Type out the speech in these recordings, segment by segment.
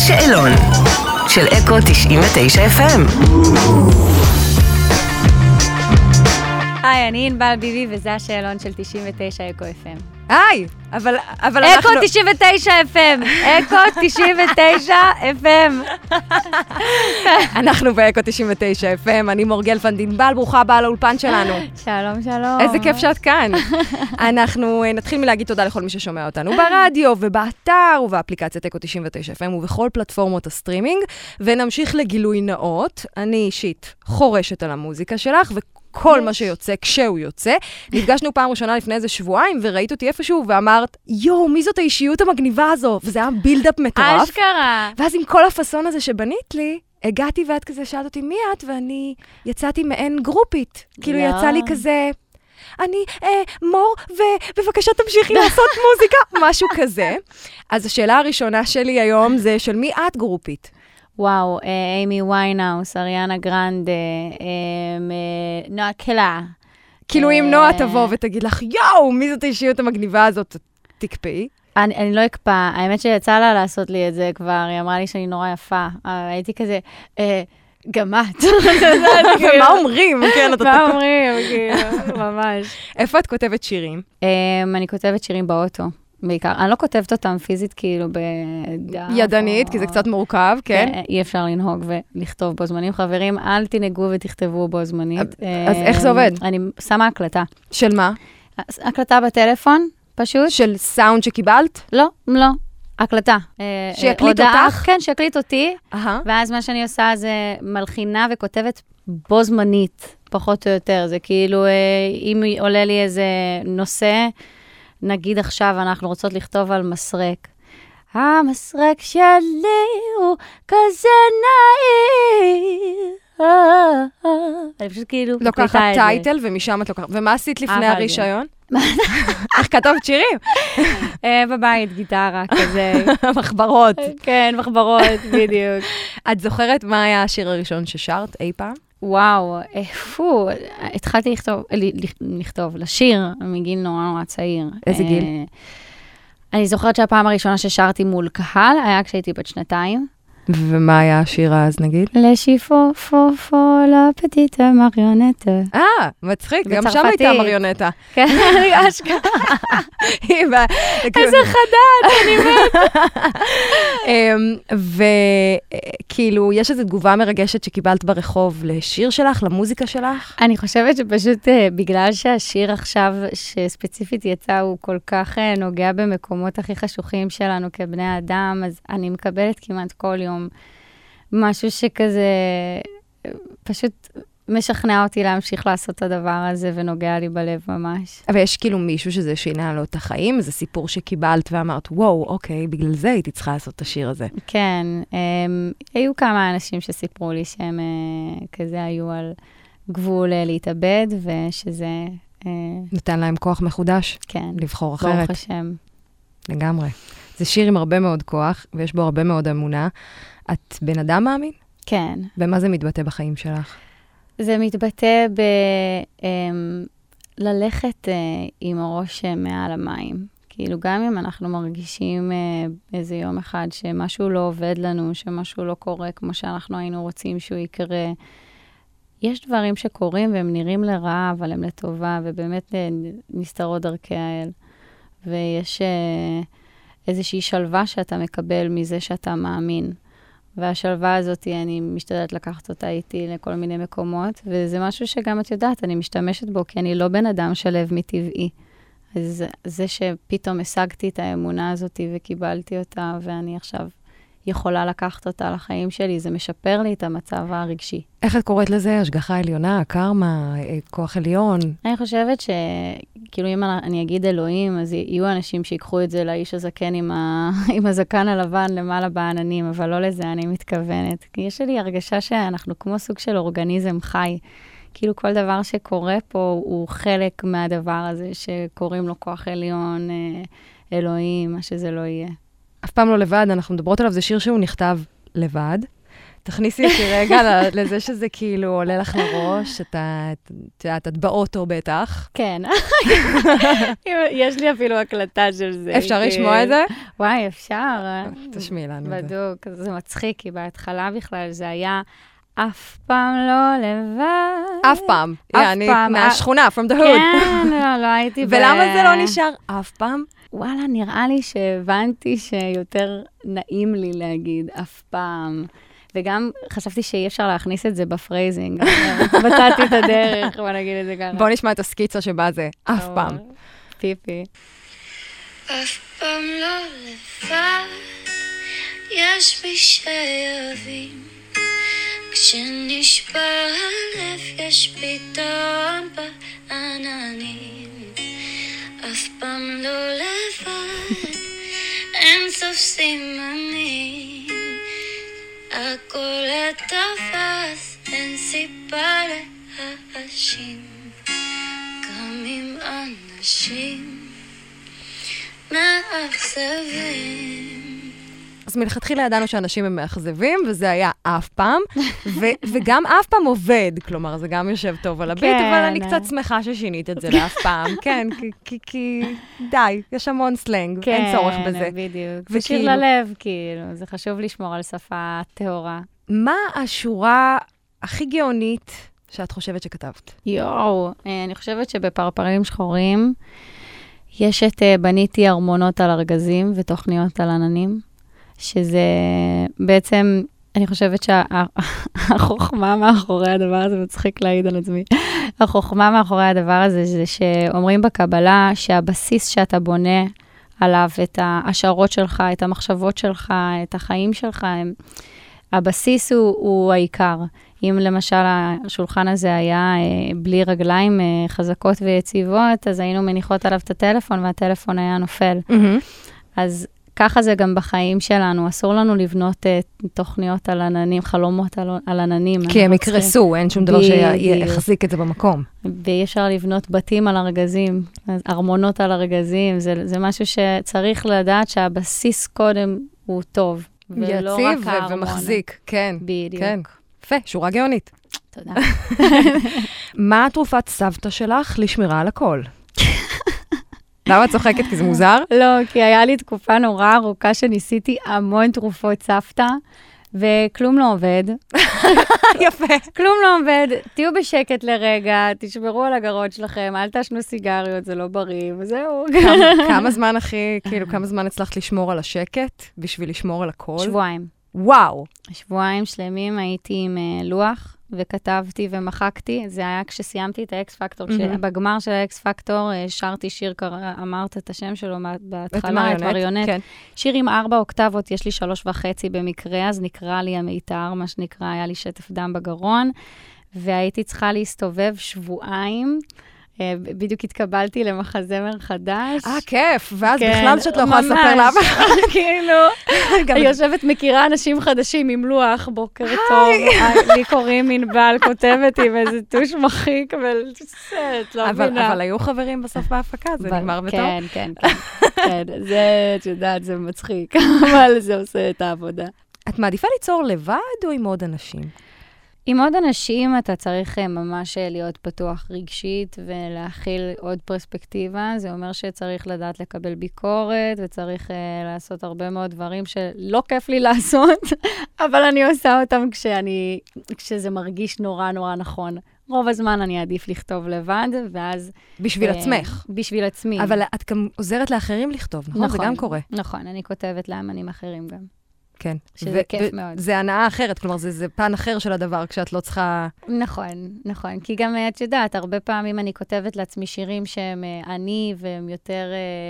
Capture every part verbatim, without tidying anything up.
השאלון של אקו תשעים ותשע אף אם. היי, אני ענבל ביבי, וזה השאלון של תשעים ותשע אקו אף אם. היי, אבל, אבל אנחנו... אקו תשעים ותשע אף אם! אקו תשעים ותשע אף אם! אנחנו באקו תשעים ותשע אף אם, אני מורגל פנדינבל, ברוכה הבאה לאולפן שלנו. שלום, שלום. איזה כיף שאת כאן. אנחנו נתחיל מלהגיד תודה לכל מי ששומע אותנו ברדיו ובאתר ובאפליקציית אקו תשעים ותשע אף אם ובכל פלטפורמות הסטרימינג, ונמשיך לגילוי נאות. אני אישית חורשת על המוזיקה שלך, ו... כל מה שיוצא, כשהוא יוצא. נפגשנו פעם ראשונה לפני איזה שבועיים, וראית אותי איפשהו, ואמרת, יואו, מי זאת האישיות המגניבה הזו? וזה היה בילדאפ מטורף. אשכרה. ואז עם כל הפסון הזה שבנית לי, הגעתי ואת כזה שאלת אותי, מי את? ואני יצאתי מעין גרופית. כאילו יצא לי כזה, אני אה, מור, ובבקשה תמשיכי לעשות מוזיקה, משהו כזה. אז השאלה הראשונה שלי היום זה, של מי את גרופית? וואו, אימי ויינאוס, אריאנה גרנדה, נועה קלה. כאילו אם נועה תבוא ותגיד לך, יואו, מי זאת האישיות המגניבה הזאת? תקפאי. אני, אני לא אקפא, האמת שיצא לה לעשות לי את זה כבר, היא אמרה לי שאני נורא יפה. הייתי כזה, אה, גם את. ומה אומרים? כן, אתה מה אומרים, כאילו, ממש. איפה את כותבת שירים? אני כותבת שירים באוטו. בעיקר, אני לא כותבת אותם פיזית כאילו בדף. ידנית, כי זה קצת מורכב, כן? אי אפשר לנהוג ולכתוב בו זמנים. חברים, אל תנהגו ותכתבו בו זמנית. אז איך זה עובד? אני שמה הקלטה. של מה? הקלטה בטלפון, פשוט. של סאונד שקיבלת? לא, לא. הקלטה. שיקליט אותך? כן, שיקליט אותי. ואז מה שאני עושה זה מלחינה וכותבת בו זמנית, פחות או יותר. זה כאילו, אם עולה לי איזה נושא, נגיד עכשיו אנחנו רוצות לכתוב על מסרק. המסרק שלי הוא כזה נעיר. אני פשוט כאילו לוקחת טייטל ומשם את לוקחת. ומה עשית לפני הרישיון? איך כתבת שירים? בבית, גיטרה, כזה. מחברות. כן, מחברות, בדיוק. את זוכרת מה היה השיר הראשון ששרת אי פעם? וואו, פו, התחלתי לכתוב, לכתוב, לשיר מגיל נורא נורא צעיר. איזה גיל? אני זוכרת שהפעם הראשונה ששרתי מול קהל היה כשהייתי בת שנתיים. ומה היה השיר אז, נגיד? לשיפו, פו, פו, לפתית מריונטה. אה, מצחיק, גם שם הייתה מריונטה. כן, אני אשכרה. איזה חדד, אני מת. וכאילו, יש איזו תגובה מרגשת שקיבלת ברחוב לשיר שלך, למוזיקה שלך? אני חושבת שפשוט בגלל שהשיר עכשיו, שספציפית יצא, הוא כל כך נוגע במקומות הכי חשוכים שלנו כבני האדם, אז אני מקבלת כמעט כל יום משהו שכזה פשוט משכנע אותי להמשיך לעשות את הדבר הזה ונוגע לי בלב ממש. אבל יש כאילו מישהו שזה שינה לו את החיים? זה סיפור שקיבלת ואמרת, וואו, אוקיי, בגלל זה הייתי צריכה לעשות את השיר הזה. כן, הם, היו כמה אנשים שסיפרו לי שהם כזה היו על גבול להתאבד, ושזה... נתן להם כוח מחודש? כן. לבחור אחרת? ברוך השם. לגמרי. זה שיר עם הרבה מאוד כוח, ויש בו הרבה מאוד אמונה. את בן אדם מאמין? כן. ומה זה מתבטא בחיים שלך? זה מתבטא ב... ללכת עם הראש מעל המים. כאילו, גם אם אנחנו מרגישים איזה יום אחד שמשהו לא עובד לנו, שמשהו לא קורה כמו שאנחנו היינו רוצים שהוא יקרה, יש דברים שקורים והם נראים לרעה, אבל הם לטובה, ובאמת נסתרות דרכי האל. ויש... איזושהי שלווה שאתה מקבל מזה שאתה מאמין. והשלווה הזאת, אני משתדלת לקחת אותה איתי לכל מיני מקומות, וזה משהו שגם את יודעת, אני משתמשת בו, כי אני לא בן אדם שלב מטבעי. אז זה שפתאום השגתי את האמונה הזאת וקיבלתי אותה, ואני עכשיו יכולה לקחת אותה לחיים שלי, זה משפר לי את המצב הרגשי. איך את קוראת לזה? השגחה עליונה, קרמה, כוח עליון? אני חושבת שכאילו אם אני אגיד אלוהים, אז יהיו אנשים שיקחו את זה לאיש הזקן עם, ה... עם הזקן הלבן למעלה בעננים, אבל לא לזה אני מתכוונת. כי יש לי הרגשה שאנחנו כמו סוג של אורגניזם חי. כאילו כל דבר שקורה פה הוא חלק מהדבר הזה שקוראים לו כוח עליון, אלוהים, מה שזה לא יהיה. אף פעם לא לבד, אנחנו מדברות עליו, זה שיר שהוא נכתב לבד, תכניסי אותי רגע לזה שזה כאילו עולה לך לראש, אתה, את יודעת, את באוטו בטח. כן. יש לי אפילו הקלטה של זה. אפשר לשמוע את זה? וואי, אפשר. תשמיעי לנו את זה. בדוק, זה מצחיק, כי בהתחלה בכלל זה היה אף פעם לא לבד. אף פעם. אף אני פעם. מהשכונה, from the hood. כן, לא, לא הייתי ב... ולמה זה לא נשאר אף פעם? וואלה, נראה לי שהבנתי שיותר נעים לי להגיד אף פעם. וגם חשבתי שאי אפשר להכניס את זה בפרייזינג. מצאתי את הדרך, בוא נגיד את זה ככה. בוא נשמע את הסקיצה שבה זה אף פעם. פיפי. אף פעם לא לבד, יש בי שיבין. כשנשבר הלב יש פתאום בעננים. אף פעם לא לבד, אין סוף סימנים. הכל לטובת, אין סיבה להאשים. גם עם אנשים מאכזבים. אז מלכתחילה ידענו שאנשים הם מאכזבים, וזה היה אף פעם, ו- וגם אף פעם עובד, כלומר, זה גם יושב טוב על הביט, כן. אבל אני קצת שמחה ששינית את זה לאף פעם, כן, כי, כי, כי די, יש המון סלנג, כן, אין צורך בזה. כן, בדיוק. זה שיר וכאילו- ללב, כאילו, זה חשוב לשמור על שפה טהורה. מה השורה הכי גאונית שאת חושבת שכתבת? יואו, אה, אני חושבת שבפרפרים שחורים יש את אה, בניתי ארמונות על ארגזים ותוכניות על עננים, שזה בעצם, אני חושבת שהחוכמה מאחורי הדבר הזה, מצחיק להעיד על עצמי, החוכמה מאחורי הדבר הזה זה שאומרים בקבלה שהבסיס שאתה בונה עליו, את ההשערות שלך, את המחשבות שלך, את החיים שלך, הם, הבסיס הוא, הוא העיקר. אם למשל השולחן הזה היה אה, בלי רגליים אה, חזקות ויציבות, אז היינו מניחות עליו את הטלפון, והטלפון היה נופל. אז ככה זה גם בחיים שלנו, אסור לנו לבנות uh, תוכניות על עננים, חלומות על, על עננים. כי הם יקרסו, אין שום דבר בדיוק. שיחזיק את זה במקום. ואי אפשר לבנות בתים על ארגזים, ארמונות על ארגזים, זה, זה משהו שצריך לדעת שהבסיס קודם הוא טוב, ולא רק יציב הארמון. ומחזיק, כן. בדיוק. כן. יפה, שורה גאונית. תודה. מה תרופת סבתא שלך לשמירה על הכל? למה את צוחקת? כי זה מוזר? לא, כי היה לי תקופה נורא ארוכה שניסיתי המון תרופות סבתא, וכלום לא עובד. יפה. כלום לא עובד, תהיו בשקט לרגע, תשמרו על הגרות שלכם, אל תעשנו סיגריות, זה לא בריא, וזהו. כמה, כמה זמן הכי, כאילו, כמה זמן הצלחת לשמור על השקט בשביל לשמור על הכל? שבועיים. וואו. שבועיים שלמים הייתי עם uh, לוח, וכתבתי ומחקתי. זה היה כשסיימתי את האקס פקטור, mm-hmm. בגמר של האקס פקטור, uh, שרתי שיר, אמרת את השם שלו בהתחלה, את מריונט. כן. שיר עם ארבע אוקטבות, יש לי שלוש וחצי במקרה, אז נקרא לי המיתר, מה שנקרא, היה לי שטף דם בגרון, והייתי צריכה להסתובב שבועיים, בדיוק התקבלתי למחזמר חדש. אה, כיף. ואז בכלל שאת לא יכולה לספר למה. כאילו, יושבת מכירה אנשים חדשים עם לוח, בוקר טוב. לי קוראים ענבל, כותבת עם איזה טוש מחיק, וסרט, לא מבינה. אבל היו חברים בסוף בהפקה, זה נגמר בטוב. כן, כן, כן. זה, את יודעת, זה מצחיק, אבל זה עושה את העבודה. את מעדיפה ליצור לבד או עם עוד אנשים? עם עוד אנשים אתה צריך ממש להיות פתוח רגשית ולהכיל עוד פרספקטיבה. זה אומר שצריך לדעת לקבל ביקורת וצריך uh, לעשות הרבה מאוד דברים שלא כיף לי לעשות, אבל אני עושה אותם כשאני, כשזה מרגיש נורא נורא נכון. רוב הזמן אני אעדיף לכתוב לבד, ואז... בשביל uh, עצמך. בשביל עצמי. אבל את גם עוזרת לאחרים לכתוב, נכון? נכון. זה גם קורה. נכון, אני כותבת לאמנים אחרים גם. כן. שזה כיף מאוד. זה הנאה אחרת, כלומר, זה, זה פן אחר של הדבר, כשאת לא צריכה... נכון, נכון. כי גם, את יודעת, הרבה פעמים אני כותבת לעצמי שירים שהם אני, והם יותר,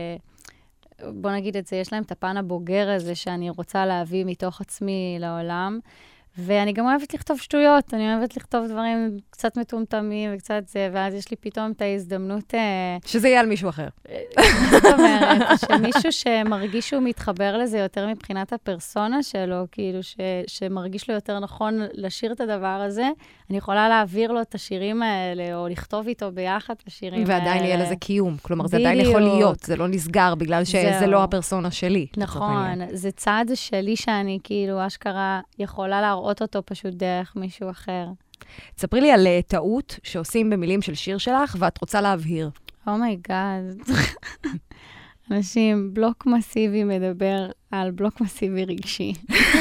בוא נגיד את זה, יש להם את הפן הבוגר הזה, שאני רוצה להביא מתוך עצמי לעולם. ואני גם אוהבת לכתוב שטויות, אני אוהבת לכתוב דברים קצת מטומטמים וקצת זה, ואז יש לי פתאום את ההזדמנות... שזה יהיה על מישהו אחר. זאת אומרת, שמישהו שמרגיש שהוא מתחבר לזה יותר מבחינת הפרסונה שלו, כאילו ש, שמרגיש לו יותר נכון לשיר את הדבר הזה, אני יכולה להעביר לו את השירים האלה, או לכתוב איתו ביחד את השירים האלה. ועדיין יהיה לזה קיום, כלומר, זה עדיין יכול להיות, זה לא נסגר, בגלל שזה לא הפרסונה שלי. נכון, זה צעד שלי שאני כאילו אשכרה יכולה להראות לראות אותו פשוט דרך מישהו אחר. תספרי לי על uh, טעות שעושים במילים של שיר שלך, ואת רוצה להבהיר. אומייגאד. אנשים, בלוק מסיבי מדבר על בלוק מסיבי רגשי.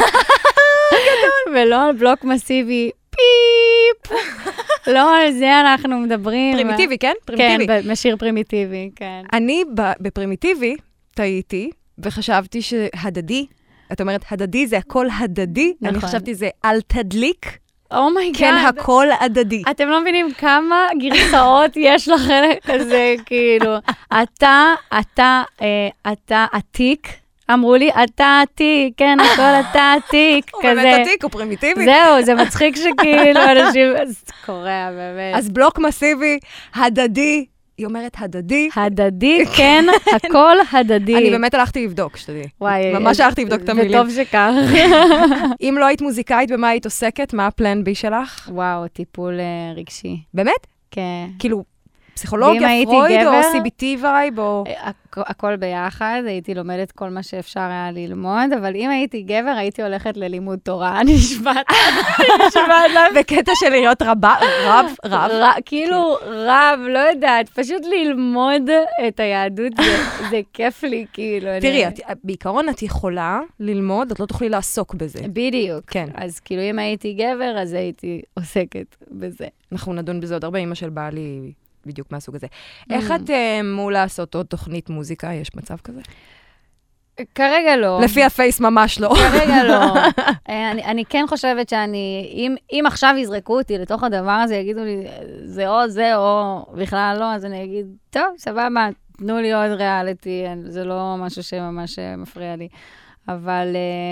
ולא על בלוק מסיבי פיפ. לא על זה אנחנו מדברים. פרימיטיבי, כן? פרימיטיבי. כן, בשיר פרימיטיבי, כן. אני בפרימיטיבי טעיתי, וחשבתי שהדדי, את אומרת, הדדי זה הכל הדדי, נכון. אני חשבתי זה אל תדליק. אומייגאד. כן, הכל הדדי. אתם לא מבינים כמה גרסאות יש לחלק הזה, כאילו, אתה, אתה, אה, אתה עתיק, אמרו לי, אתה עתיק, כן, הכל אתה עתיק, כזה. הוא באמת עתיק, הוא פרימיטיבי. זהו, זה מצחיק שכאילו אנשים, אז קורע, באמת. אז בלוק מסיבי, הדדי, היא אומרת הדדי. הדדי, כן, הכל הדדי. אני באמת הלכתי לבדוק, שתדעי. וואי. ממש הלכתי לבדוק את המילים. וטוב שכך. אם לא היית מוזיקאית, במה היית עוסקת? מה הפלן בי שלך? וואו, טיפול רגשי. באמת? כן. כאילו, פסיכולוגיה, פרויד, או סי בי טי וייב, או... הכל ביחד, הייתי לומדת כל מה שאפשר היה ללמוד, אבל אם הייתי גבר, הייתי הולכת ללימוד תורה. אני נשבעת. בקטע של להיות רבה, רב, רב. כאילו רב, לא יודעת, פשוט ללמוד את היהדות, זה כיף לי, כאילו. תראי, בעיקרון את יכולה ללמוד, את לא תוכלי לעסוק בזה. בדיוק. כן. אז כאילו אם הייתי גבר, אז הייתי עוסקת בזה. אנחנו נדון בזה עוד הרבה, אמא של בעלי... בדיוק מהסוג הזה. איך את אמור לעשות עוד תוכנית מוזיקה? יש מצב כזה? כרגע לא. לפי הפייס ממש לא. כרגע לא. אני, אני כן חושבת שאני, אם, אם עכשיו יזרקו אותי לתוך הדבר הזה, יגידו לי, זה או זה או בכלל לא, אז אני אגיד, טוב, סבבה, תנו לי עוד ריאליטי, זה לא משהו שממש מפריע לי. אבל...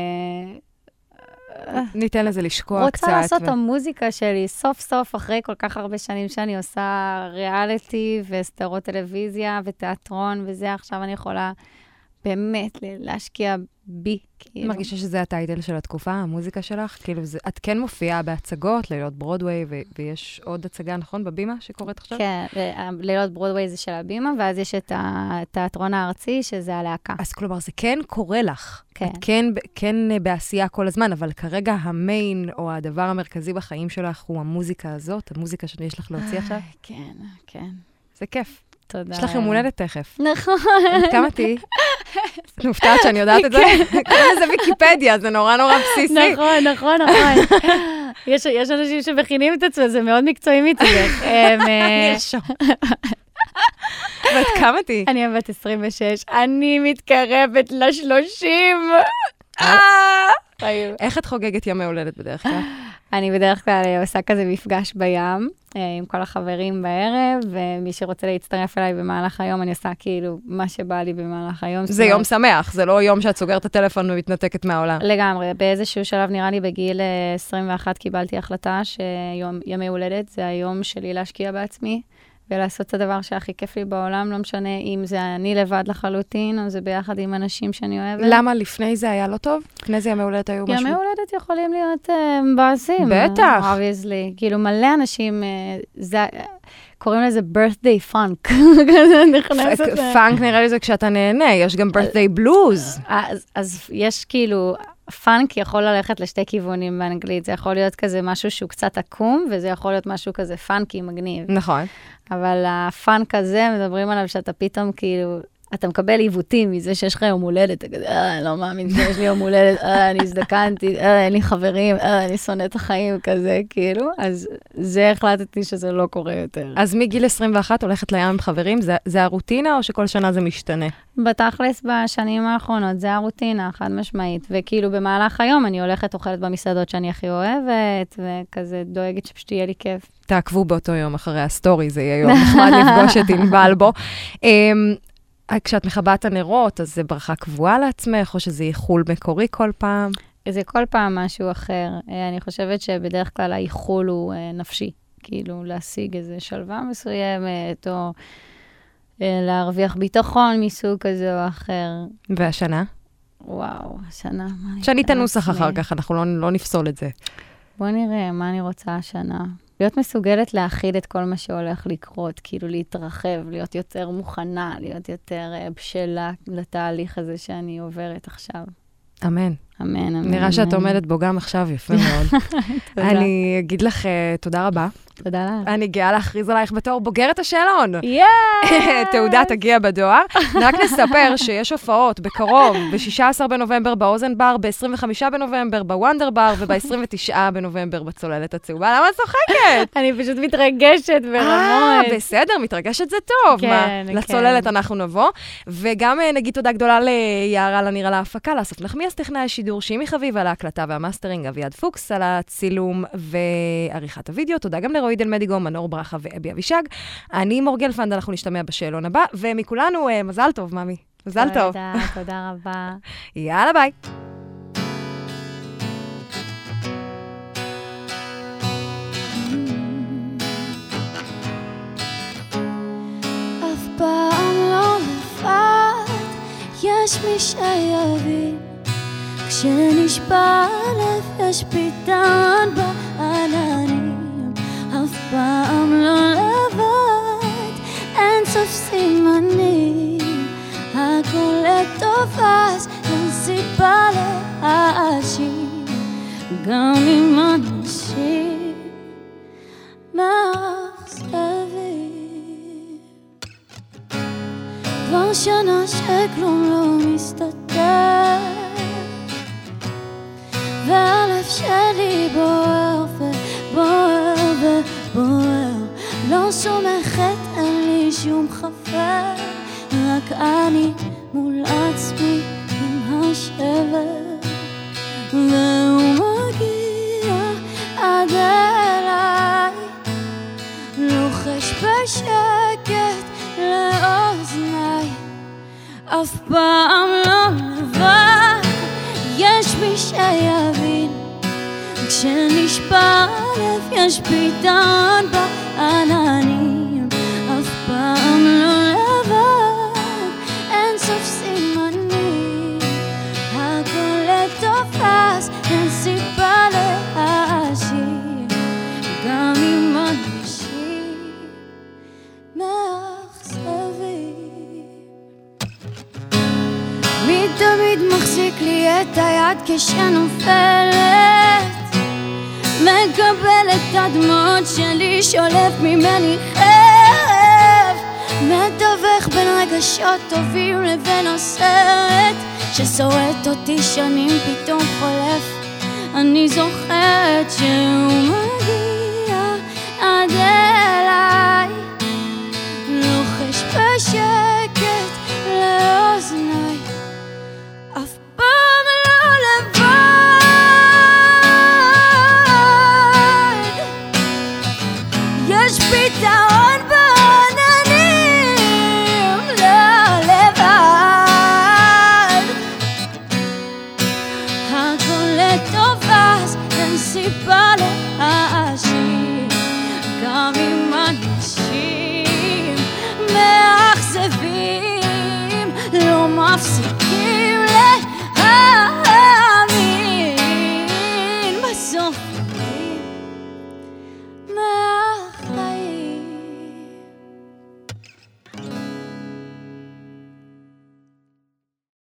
ניתן לזה לשקוע קצת. רוצה לעשות את המוזיקה שלי, סוף סוף, אחרי כל כך הרבה שנים שאני עושה ריאליטי וסדרות טלוויזיה ותיאטרון וזה, עכשיו אני יכולה באמת להשקיע בי. אני מרגישה שזה הטייטל של התקופה, המוזיקה שלך? כאילו, את כן מופיעה בהצגות, לילות ברודווי, ויש עוד הצגה, נכון, בבימה שקורית עכשיו? כן, לילות ברודווי זה של הבימה, ואז יש את התיאטרון הארצי, שזה הלהקה. אז כלומר, זה כן קורה לך. כן. את כן, כן בעשייה כל הזמן, אבל כרגע המיין, או הדבר המרכזי בחיים שלך, הוא המוזיקה הזאת, המוזיקה שיש לך להוציא עכשיו? כן, כן. זה כיף. תודה. יש לך יום הולדת תכף. נכון. כמה תהי? את מופתעת שאני יודעת את זה? קוראים לזה ויקיפדיה, זה נורא נורא בסיסי. נכון, נכון, נכון. יש אנשים שמכינים את עצמם, זה מאוד מקצועי מצדך. נרשום. ואת כמה תהי? אני בת עשרים ושש. אני מתקרבת ל-שלושים. איך את חוגגת ימי הולדת בדרך כלל? אני בדרך כלל עושה כזה מפגש בים, עם כל החברים בערב, ומי שרוצה להצטרף אליי במהלך היום, אני עושה כאילו מה שבא לי במהלך היום. זה יום שמח, זה לא יום שאת סוגרת את הטלפון ומתנתקת מהעולם. לגמרי, באיזשהו שלב נראה לי בגיל עשרים ואחת קיבלתי החלטה שימי הולדת זה היום שלי להשקיע בעצמי, ולעשות את הדבר שהכי כיף לי בעולם, לא משנה אם זה אני לבד לחלוטין, או זה ביחד עם אנשים שאני אוהבת. למה לפני זה היה לא טוב? לפני זה ימי הולדת היו משהו? ימי הולדת יכולים להיות מבאסים. בטח. obviously. כאילו מלא אנשים, זה, קוראים לזה birthday funk. פאנק נראה לי זה כשאתה נהנה, יש גם birthday blues. אז, אז יש כאילו... פאנק יכול ללכת לשתי כיוונים באנגלית, זה יכול להיות כזה משהו שהוא קצת עקום, וזה יכול להיות משהו כזה פאנקי מגניב. נכון. אבל הפאנק הזה, מדברים עליו שאתה פתאום כאילו, אתה מקבל עיוותים מזה שיש לך יום הולדת, אתה כזה, אה, לא מאמין שיש לי יום הולדת, אה, אני הזדקנתי, אה, אין לי חברים, אה, אני שונא את החיים כזה, כאילו, אז זה החלטתי שזה לא קורה יותר. אז מגיל עשרים ואחת הולכת לים עם חברים, זה, זה הרוטינה או שכל שנה זה משתנה? בתכלס בשנים האחרונות, זה הרוטינה, חד משמעית, וכאילו במהלך היום אני הולכת, אוכלת במסעדות שאני הכי אוהבת, וכזה דואגת שפשוט יהיה לי כיף. תעקבו באותו יום אחרי הסטורי, זה יהיה יום נחמד לפגוש את ענבל בו. כשאת מחבאת הנרות, אז זה ברכה קבועה לעצמך, או שזה ייחול מקורי כל פעם? זה כל פעם משהו אחר. אני חושבת שבדרך כלל הייחול הוא נפשי, כאילו להשיג איזו שלווה מסוימת, או להרוויח ביטחון מסוג כזה או אחר. והשנה? וואו, השנה. שאני את הנוסח אחר כך, אנחנו לא, לא נפסול את זה. בוא נראה מה אני רוצה השנה. להיות מסוגלת להכיל את כל מה שהולך לקרות, כאילו להתרחב, להיות יותר מוכנה, להיות יותר בשלה לתהליך הזה שאני עוברת עכשיו. אמן. אמן, אמן. נראה שאת עומדת בו גם עכשיו, יפה מאוד. אני אגיד לך תודה רבה. תודה לך. אני גאה להכריז עלייך בתור בוגרת השאלון. יאיי! תעודה תגיע בדואר. רק נספר שיש הופעות בקרוב, ב-שישה עשר בנובמבר באוזן בר, ב-עשרים וחמישה בנובמבר בוונדר בר, וב-עשרים ותשעה בנובמבר בצוללת הצהובה. למה את צוחקת? אני פשוט מתרגשת ברמות. אה, בסדר, מתרגשת זה טוב. כן, מה, כן. לצוללת אנחנו נבוא. וגם נגיד תודה גדולה ליערה לניר על ההפקה, לאסף נחמיאס טכנאי השידור, שימי חביב על ההקלטה והמאסטרינג, אביעד פוקס על הצילום ועריכת הוידאו. תודה גם לרועי דלמדיגו, מנור ברכה ואבי אבישג. אני מור גלפנד, אנחנו נשתמע בשאלון הבא, ומכולנו, מזל טוב, ממי. מזל טוב. תודה, תודה רבה. יאללה, ביי. אף פעם לא לבד, יש מי שיבין, כשנשבע הלב יש פתרון בעננים. אף פעם לא לבד, אין סוף סימנים, הכל לטוב אז אין סיבה להאשים, גם אם אנשים מאכזבים. כבר שנה שכלום לא מסתדר, והלב שלי בוער ובוער ובוער, לא סומכת, אין לי שום חבר, רק אני מול עצמי עם השבר, והוא מגיע עד אליי, לוחש בשקט לאוזניי. אף פעם לא לבד, יש מי שיבין, כשנשבע הלב יש פתרון בעננים. אף פעם לא לבד, אין סוף סימנים, הכל לטוב אז אין סיבה להאשים, גם אם אנשים מאכזבים. מי תמיד מחזיק לי את היד כשנופלת, מקבל את הדמעות שלי, שולף ממני חרב, מתווך בין רגשות טובים לבין הסרט ששורט אותי שנים, פתאום חולף. אני זוכרת שהוא מגיע עד אליי, לוחש בשקט לאוזניי. אף פעם לא לבד, יש פתרון בעננים, לא לבד, הכל לטוב אז אין סיבה להאשים, גם אם אנשים מאכזבים, לא מפסיק